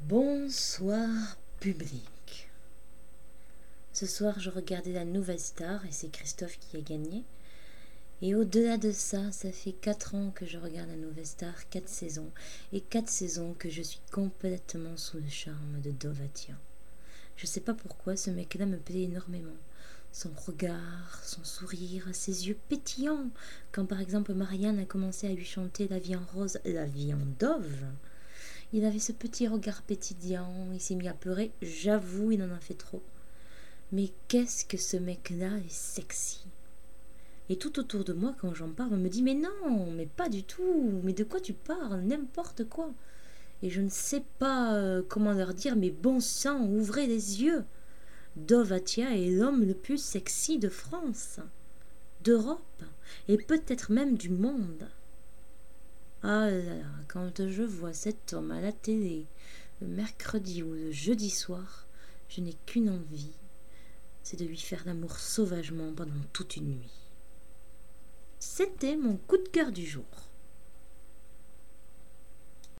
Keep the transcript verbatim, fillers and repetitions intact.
Bonsoir public. Ce soir, je regardais la Nouvelle Star et c'est Christophe qui a gagné. Et au-delà de ça, ça fait quatre ans que je regarde la Nouvelle Star, quatre saisons. Et quatre saisons que je suis complètement sous le charme de Dovatia. Je sais pas pourquoi ce mec-là me plaît énormément. Son regard, son sourire, ses yeux pétillants. Quand par exemple Marianne a commencé à lui chanter La vie en rose, la vie en dove. Il avait ce petit regard pétillant, il s'est mis à pleurer, j'avoue, il en a fait trop. Mais qu'est-ce que ce mec-là est sexy. Et tout autour de moi, quand j'en parle, on me dit « Mais non, mais pas du tout, mais de quoi tu parles, n'importe quoi !» Et je ne sais pas euh, comment leur dire « Mais bon sang, ouvrez les yeux !» Dovatia est l'homme le plus sexy de France, d'Europe, et peut-être même du monde. Ah là là, quand je vois cet homme à la télé, le mercredi ou le jeudi soir, je n'ai qu'une envie, c'est de lui faire l'amour sauvagement pendant toute une nuit. C'était mon coup de cœur du jour.